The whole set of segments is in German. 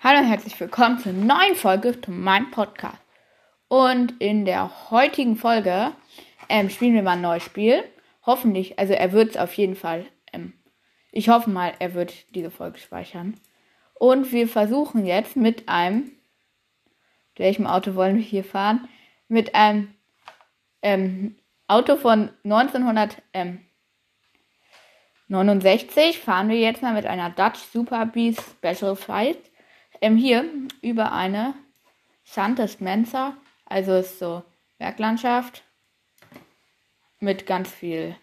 Hallo und herzlich willkommen zur neuen Folge von meinem Podcast. Und in der heutigen Folge spielen wir mal ein neues Spiel. Hoffentlich, also er wird es auf jeden Fall, ich hoffe mal, er wird diese Folge speichern. Und wir versuchen jetzt mit einem, welchem Auto wollen wir hier fahren? Mit einem Auto von 1969 fahren wir jetzt mal mit einer Dodge Super Bee Special Flight. Hier über eine Santos Mensa, also ist so Berglandschaft mit ganz viel,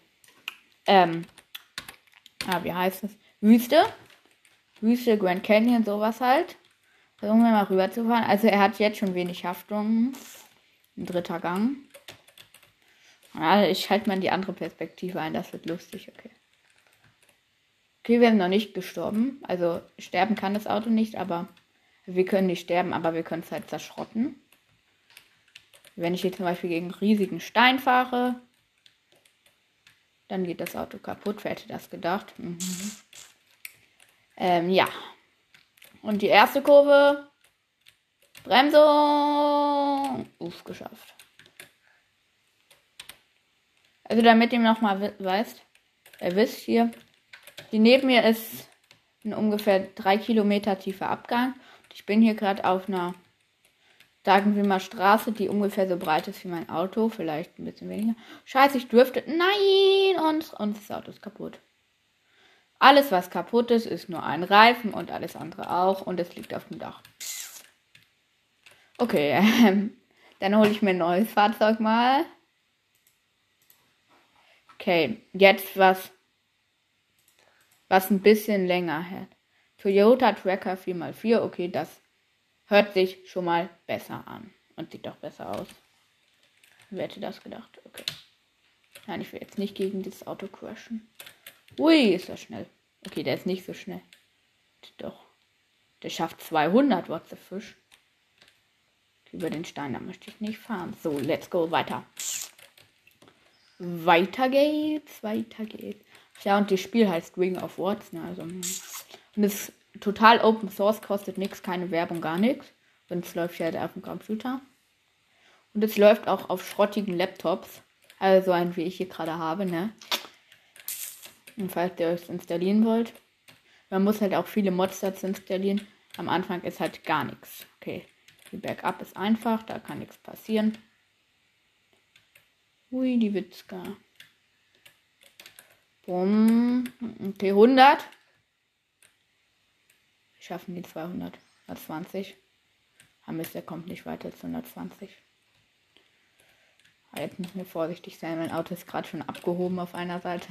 wie heißt es? Wüste, Grand Canyon, sowas halt. Versuchen wir mal rüber zu fahren. Also er hat jetzt schon wenig Haftung. Ein dritter Gang. Ja, ich halte mal in die andere Perspektive ein, das wird lustig, okay. Okay, wir sind noch nicht gestorben. Also sterben kann das Auto nicht, aber wir können nicht sterben, aber wir können es halt zerschrotten. Wenn ich hier zum Beispiel gegen einen riesigen Stein fahre, dann geht das Auto kaputt. Wer hätte das gedacht? Ja. Und die erste Kurve. Bremsung. Geschafft. Also damit ihr nochmal wisst hier, neben mir ist ein ungefähr 3 Kilometer tiefer Abgang. Ich bin hier gerade auf einer, sagen wir mal, Straße, die ungefähr so breit ist wie mein Auto. Vielleicht ein bisschen weniger. Scheiße, ich dürfte. Nein! Und das Auto ist kaputt. Alles, was kaputt ist, ist nur ein Reifen und alles andere auch. Und es liegt auf dem Dach. Okay, dann hole ich mir ein neues Fahrzeug mal. Okay, jetzt was ein bisschen länger hält. Toyota Tracker 4x4, okay, das hört sich schon mal besser an und sieht doch besser aus. Wer hätte das gedacht? Okay. Nein, ich will jetzt nicht gegen dieses Auto crashen. Ui, ist das schnell. Okay, der ist nicht so schnell. Doch. Der schafft 200, what the fish. Über den Stein, da möchte ich nicht fahren. So, let's go, weiter. Weiter geht's. Ja, und das Spiel heißt Ring of Words, ne, also. Und es ist total Open Source, kostet nichts, keine Werbung, gar nichts. Und es läuft ja halt auf dem Computer. Und es läuft auch auf schrottigen Laptops. Also so einen, wie ich hier gerade habe, ne. Und falls ihr euch installieren wollt. Man muss halt auch viele Mods dazu installieren. Am Anfang ist halt gar nichts. Okay, die Backup ist einfach, da kann nichts passieren. Ui, die Witzka. Bumm. Okay, 100. Wir schaffen die 200. 120. Mist, der kommt nicht weiter als 120. Aber jetzt müssen wir vorsichtig sein. Mein Auto ist gerade schon abgehoben auf einer Seite.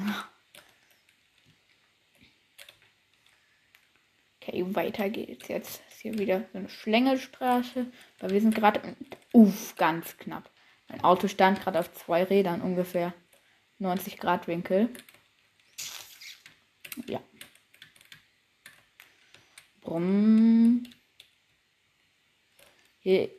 Okay, weiter geht's. Jetzt ist hier wieder so eine Schlängelstraße. Weil wir sind gerade... ganz knapp. Mein Auto stand gerade auf 2 Rädern, ungefähr 90 Grad Winkel. Ja. Brumm. Hier.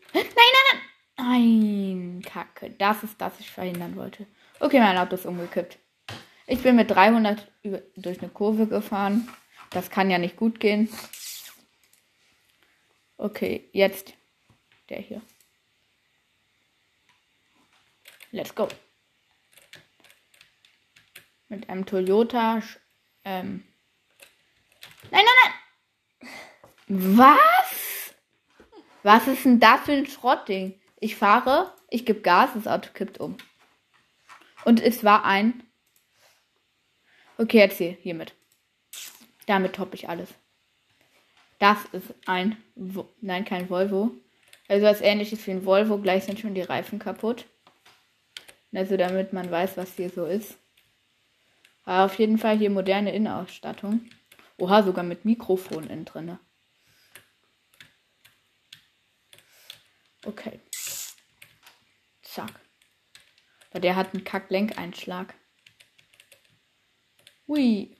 Nein, Kacke. Das ist das, ich verhindern wollte. Okay, mein Auto ist umgekippt. Ich bin mit 300 durch eine Kurve gefahren. Das kann ja nicht gut gehen. Okay, jetzt der hier. Let's go. Mit einem Toyota. Nein. Was? Was ist denn das für ein Schrottding? Ich fahre, ich gebe Gas, das Auto kippt um. Und es war ein... Okay, jetzt hiermit. Damit toppe ich alles. Das ist ein... Nein, kein Volvo. Also was Ähnliches wie ein Volvo. Gleich sind schon die Reifen kaputt. Also damit man weiß, was hier so ist. Aber auf jeden Fall hier moderne Innenausstattung. Oha, sogar mit Mikrofon innen drin. Okay. Zack. Aber der hat einen Kack-Lenkeinschlag. Hui.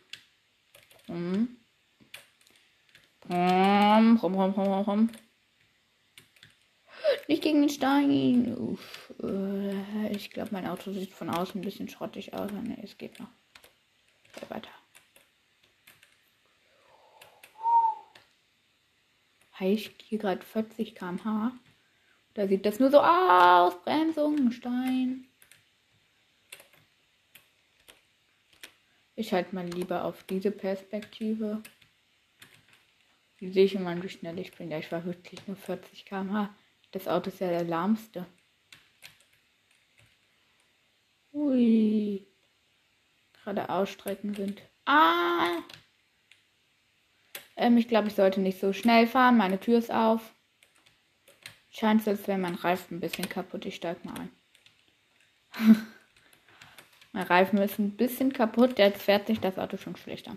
Nicht gegen den Stein. Uff. Ich glaube, mein Auto sieht von außen ein bisschen schrottig aus. Ne, es geht noch. Okay, weiter. Ich gehe gerade 40 km/h. Da sieht das nur so aus. Bremsung, Stein. Ich halte mal lieber auf diese Perspektive. Wie sehe ich immer, wie schnell ich bin? Ja, ich war wirklich nur 40 km/h. Das Auto ist ja der lahmste. Ui. Gerade Ausstrecken sind. Ich glaube, ich sollte nicht so schnell fahren. Meine Tür ist auf. Scheint so, als wäre mein Reifen ein bisschen kaputt. Ich steige mal ein. Mein Reifen ist ein bisschen kaputt. Jetzt fährt sich das Auto schon schlechter.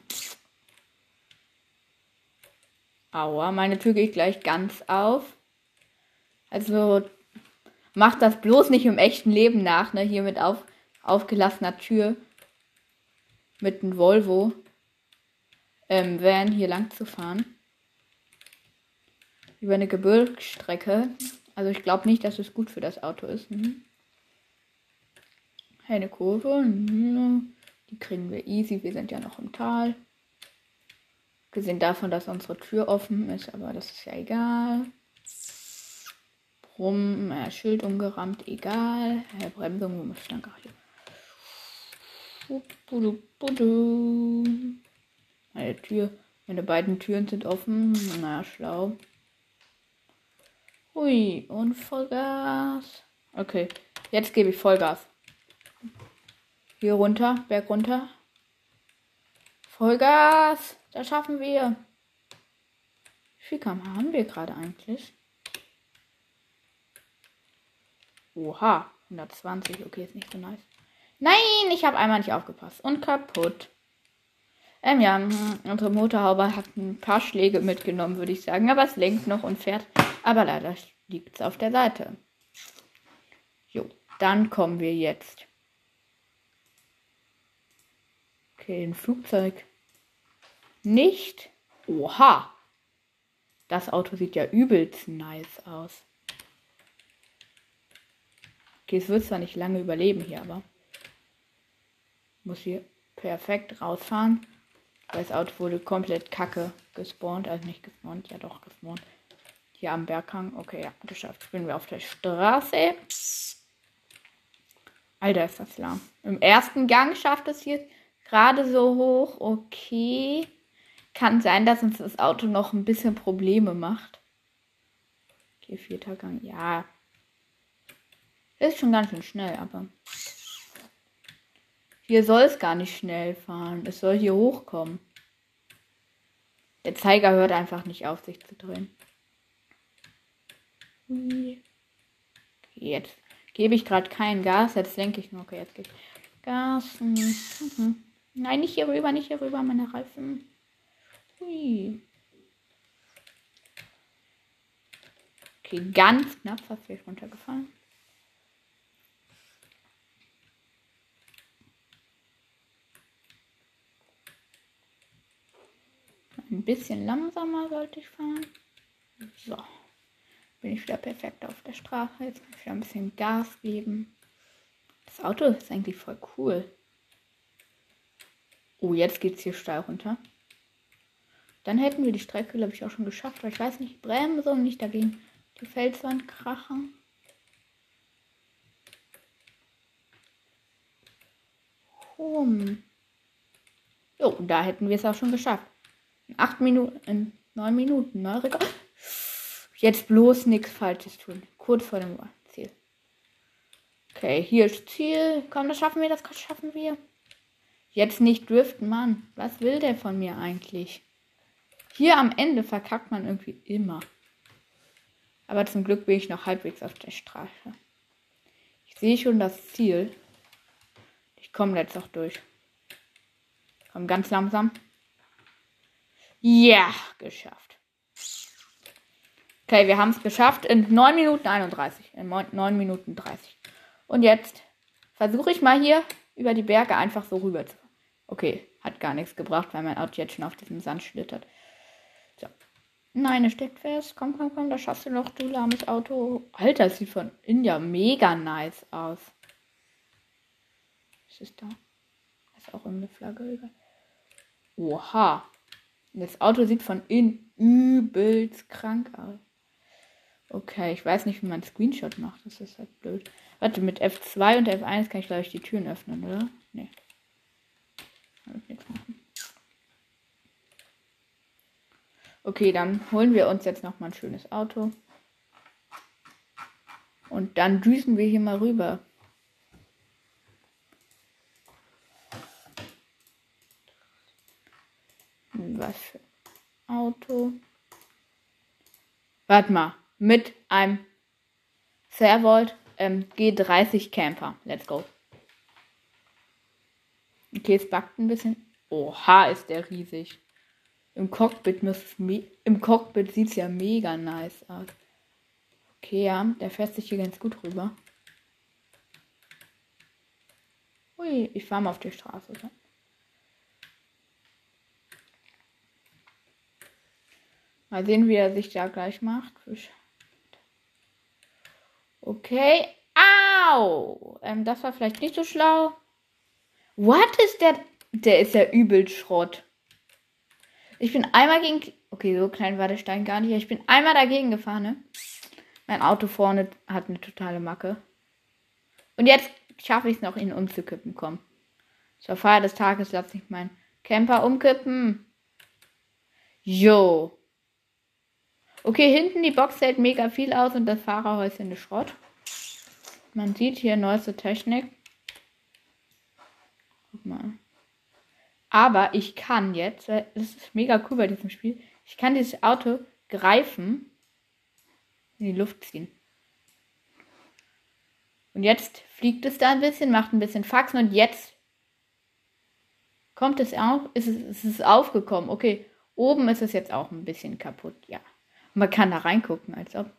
Aua, meine Tür geht gleich ganz auf. Also macht das bloß nicht im echten Leben nach, ne? Hier mit aufgelassener Tür. Mit einem Volvo. Van hier lang zu fahren. Über eine Gebirgsstrecke. Also ich glaube nicht, dass es gut für das Auto ist. Eine Kurve. Die kriegen wir easy. Wir sind ja noch im Tal. Gesehen davon, dass unsere Tür offen ist. Aber das ist ja egal. Schild umgerammt. Egal. Bremsung. Wo muss ich dann gar hier? Meine Tür. Meine beiden Türen sind offen. Na, schlau. Hui, und Vollgas. Okay, jetzt gebe ich Vollgas. Hier runter, Berg runter. Vollgas, das schaffen wir. Wie viel km/h haben wir gerade eigentlich? Oha, 120, okay, ist nicht so nice. Nein, ich habe einmal nicht aufgepasst. Und kaputt. Ja, unsere Motorhaube hat ein paar Schläge mitgenommen, würde ich sagen. Aber es lenkt noch und fährt. Aber leider liegt es auf der Seite. Jo, dann kommen wir jetzt. Okay, ein Flugzeug. Nicht. Oha. Das Auto sieht ja übelst nice aus. Okay, es wird zwar nicht lange überleben hier, aber muss hier perfekt rausfahren. Das Auto wurde komplett kacke gespawnt. Also nicht gespawnt, ja doch gespawnt. Hier am Berghang. Okay, ja, geschafft. Spielen wir auf der Straße. Alter, ist das lahm. Im ersten Gang schafft es hier gerade so hoch. Okay. Kann sein, dass uns das Auto noch ein bisschen Probleme macht. Okay, vierter Gang. Ja. Ist schon ganz schön schnell, aber hier soll es gar nicht schnell fahren. Es soll hier hochkommen. Der Zeiger hört einfach nicht auf, sich zu drehen. Jetzt gebe ich gerade kein Gas. Jetzt denke ich nur, okay, jetzt gebe ich Gas. Nein, nicht hier rüber, nicht hier rüber, meine Reifen. Hui. Okay, ganz knapp fast hier runtergefallen. Ein bisschen langsamer sollte ich fahren. So. Bin ich wieder perfekt auf der Straße. Jetzt kann ich wieder ein bisschen Gas geben. Das Auto ist eigentlich voll cool. Oh, jetzt geht es hier steil runter. Dann hätten wir die Strecke, glaube ich, auch schon geschafft. Aber ich weiß nicht, Bremsung nicht dagegen die Felswand krachen. Jo, da hätten wir es auch schon geschafft. In 8 Minuten, in 9 Minuten, neuer Rekord. Jetzt bloß nichts Falsches tun. Kurz vor dem Ziel. Okay, hier ist Ziel. Komm, das schaffen wir, das schaffen wir. Jetzt nicht driften, Mann. Was will der von mir eigentlich? Hier am Ende verkackt man irgendwie immer. Aber zum Glück bin ich noch halbwegs auf der Straße. Ich sehe schon das Ziel. Ich komme jetzt auch durch. Komm, ganz langsam. Ja, geschafft. Okay, wir haben es geschafft in 9 Minuten 31. In 9 Minuten 30. Und jetzt versuche ich mal hier über die Berge einfach so rüber zu fahren. Okay, hat gar nichts gebracht, weil mein Auto jetzt schon auf diesem Sand schlittert. So. Nein, es steckt fest. Komm, komm, komm, das schaffst du noch, du lahmes Auto. Alter, das sieht von innen ja mega nice aus. Was ist da? Das ist auch eine Flagge. Oha. Das Auto sieht von innen übelst krank aus. Okay, ich weiß nicht, wie man Screenshot macht. Das ist halt blöd. Warte, mit F2 und F1 kann ich, glaube ich, die Türen öffnen, oder? Nee. Kann ich nichts machen. Okay, dann holen wir uns jetzt nochmal ein schönes Auto. Und dann düsen wir hier mal rüber. Was für ein Auto? Warte mal. Mit einem Servolt G30 Camper. Let's go. Okay, es backt ein bisschen. Oha, ist der riesig. Im Cockpit sieht es ja mega nice aus. Okay, ja, der fährt sich hier ganz gut rüber. Ui, ich fahre mal auf die Straße. So. Mal sehen, wie er sich da gleich macht. Okay. Au! Das war vielleicht nicht so schlau. What ist der? Der ist ja übel Schrott. Ich bin einmal gegen... Okay, so klein war der Stein gar nicht. Ich bin einmal dagegen gefahren, ne? Mein Auto vorne hat eine totale Macke. Und jetzt schaffe ich es noch, ihn umzukippen. Komm. Zur Feier des Tages lasse ich meinen Camper umkippen. Jo. Okay, hinten die Box hält mega viel aus und das Fahrerhäuschen ist Schrott. Man sieht hier neueste Technik. Guck mal. Aber ich kann jetzt, das ist mega cool bei diesem Spiel, ich kann dieses Auto greifen, in die Luft ziehen. Und jetzt fliegt es da ein bisschen, macht ein bisschen Faxen und jetzt kommt es auf, ist es aufgekommen. Okay, oben ist es jetzt auch ein bisschen kaputt, ja. Man kann da reingucken, als ob.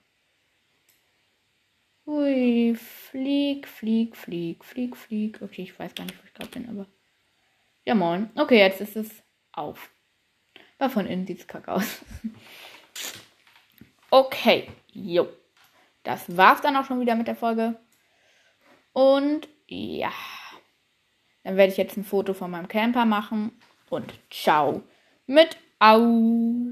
Ui, flieg. Okay, ich weiß gar nicht, wo ich gerade bin, aber. Ja, moin. Okay, jetzt ist es auf. Aber von innen sieht es kacke aus. Okay, jo. Das war's dann auch schon wieder mit der Folge. Und ja. Dann werde ich jetzt ein Foto von meinem Camper machen. Und ciao mit Au.